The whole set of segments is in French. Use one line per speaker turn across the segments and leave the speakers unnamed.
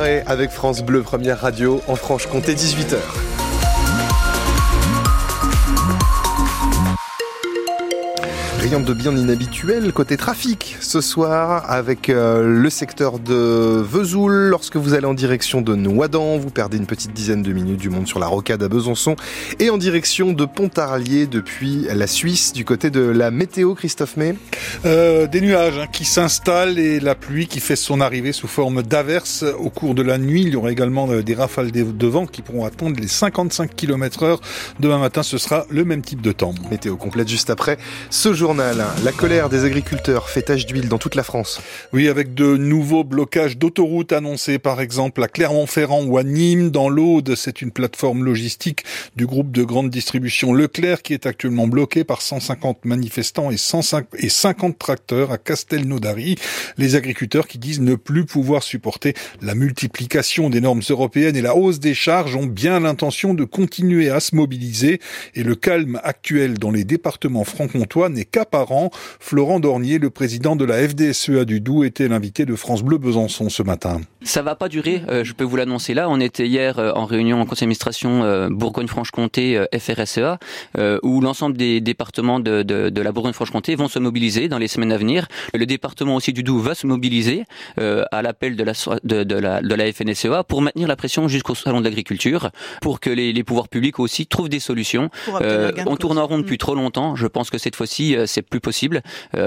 soirée avec France Bleu, première radio en Franche-Comté, 18h. Rien de bien inhabituel côté trafic ce soir avec le secteur de Vesoul. Lorsque vous allez en direction de Noidans, vous perdez une petite dizaine de minutes du monde sur la rocade à Besançon et en direction de Pontarlier depuis la Suisse du côté de la météo. Christophe May.
Des nuages qui s'installent et la pluie qui fait son arrivée sous forme d'averses au cours de la nuit. Il y aura également des rafales de vent qui pourront atteindre les 55 km/h. Demain matin, ce sera le même type de temps.
Météo complète juste après ce journal. La colère des agriculteurs fait tache d'huile dans toute la France.
Oui, avec de nouveaux blocages d'autoroutes annoncés, par exemple à Clermont-Ferrand ou à Nîmes. Dans l'Aude, c'est une plateforme logistique du groupe de grande distribution Leclerc qui est actuellement bloquée par 150 manifestants et 50 tracteurs à Castelnaudary. Les agriculteurs qui disent ne plus pouvoir supporter la multiplication des normes européennes et la hausse des charges ont bien l'intention de continuer à se mobiliser. Et le calme actuel dans les départements franc-comtois n'est qu'apparent. Florent Dornier, le président de la FDSEA du Doubs, était l'invité de France Bleu Besançon ce matin.
Ça va pas durer, je peux vous l'annoncer là. On était hier en réunion en conseil d'administration Bourgogne-Franche-Comté FRSEA, où l'ensemble des départements de la Bourgogne-Franche-Comté vont se mobiliser dans les semaines à venir. Le département aussi du Doubs va se mobiliser à l'appel de la FNSEA pour maintenir la pression jusqu'au salon de l'agriculture, pour que les pouvoirs publics aussi trouvent des solutions. On tourne en rond depuis trop longtemps. Je pense que cette fois-ci, c'est plus possible.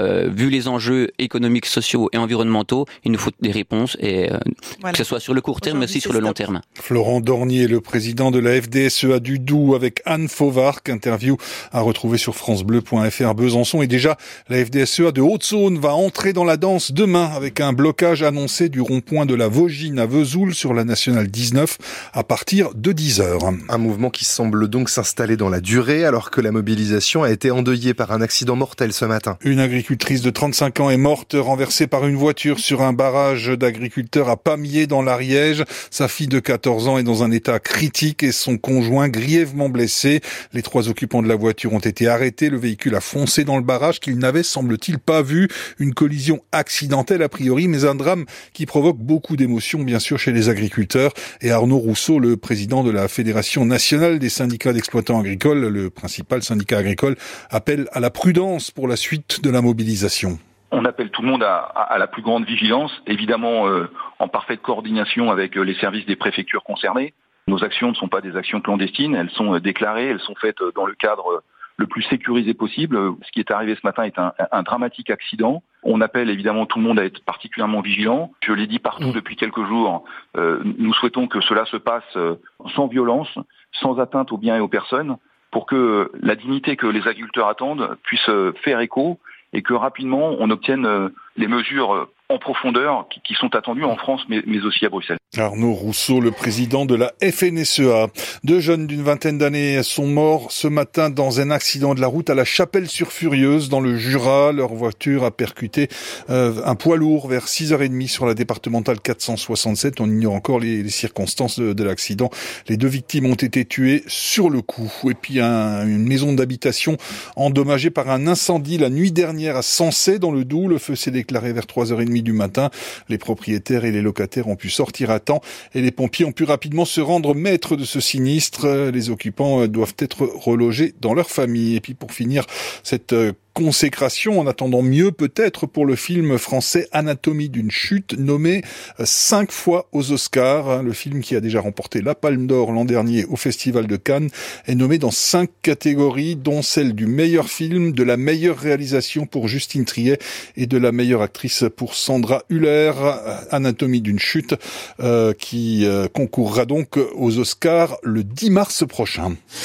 Vu les enjeux économiques, sociaux et environnementaux, il nous faut des réponses, et que ce soit sur le court terme, mais aussi sur le long terme.
Florent Dornier, le président de la FDSEA du Doubs, avec Anne Fauvarc. Interview à retrouver sur francebleu.fr Besançon. Et déjà, la FDSEA de Haute-Saône va entrer dans la danse demain avec un blocage annoncé du rond-point de la Vaugine à Vesoul sur la nationale 19 à partir de 10h.
Un mouvement qui semble donc s'installer dans la durée alors que la mobilisation a été endeuillée par un accident mortel ce matin.
Une agricultrice de 35 ans est morte renversée par une voiture sur un barrage d'agriculteurs à Pamiers dans l'Ariège. Sa fille de 14 ans est dans un état critique et son conjoint grièvement blessé. Les 3 occupants de la voiture ont été arrêtés. Le véhicule a foncé dans le barrage qu'ils n'avaient, semble-t-il, pas vu. Une collision accidentelle a priori, mais un drame qui provoque beaucoup d'émotions, bien sûr, chez les agriculteurs. Et Arnaud Rousseau, le président de la Fédération nationale des syndicats d'exploitants agricoles, le principal syndicat agricole, appelle à la prudence pour la suite de la mobilisation.
On appelle tout le monde à la plus grande vigilance, évidemment en parfaite coordination avec les services des préfectures concernées. Nos actions ne sont pas des actions clandestines, elles sont déclarées, elles sont faites dans le cadre le plus sécurisé possible. Ce qui est arrivé ce matin est un dramatique accident. On appelle évidemment tout le monde à être particulièrement vigilant. Je l'ai dit partout depuis quelques jours, nous souhaitons que cela se passe sans violence, sans atteinte aux biens et aux personnes, pour que la dignité que les agriculteurs attendent puisse faire écho et que rapidement on obtienne les mesures en profondeur qui sont attendues en France mais aussi à Bruxelles.
Arnaud Rousseau, le président de la FNSEA. 2 jeunes d'une vingtaine d'années sont morts ce matin dans un accident de la route à la Chapelle-sur-Furieuse dans le Jura. Leur voiture a percuté un poids lourd vers 6h30 sur la départementale 467. On ignore encore les circonstances de l'accident. Les 2 victimes ont été tuées sur le coup. Et puis une maison d'habitation endommagée par un incendie la nuit dernière à Sensé dans le Doubs. Le feu s'est déclaré vers 3h30 du matin. Les propriétaires et les locataires ont pu sortir à temps et les pompiers ont pu rapidement se rendre maîtres de ce sinistre. Les occupants doivent être relogés dans leur famille. Et puis pour finir cette consécration, en attendant mieux peut-être pour le film français Anatomie d'une chute, nommé 5 fois aux Oscars. Le film qui a déjà remporté la Palme d'Or l'an dernier au Festival de Cannes est nommé dans 5 catégories, dont celle du meilleur film, de la meilleure réalisation pour Justine Triet et de la meilleure actrice pour Sandra Hüller. Anatomie d'une chute qui concourra donc aux Oscars le 10 mars prochain.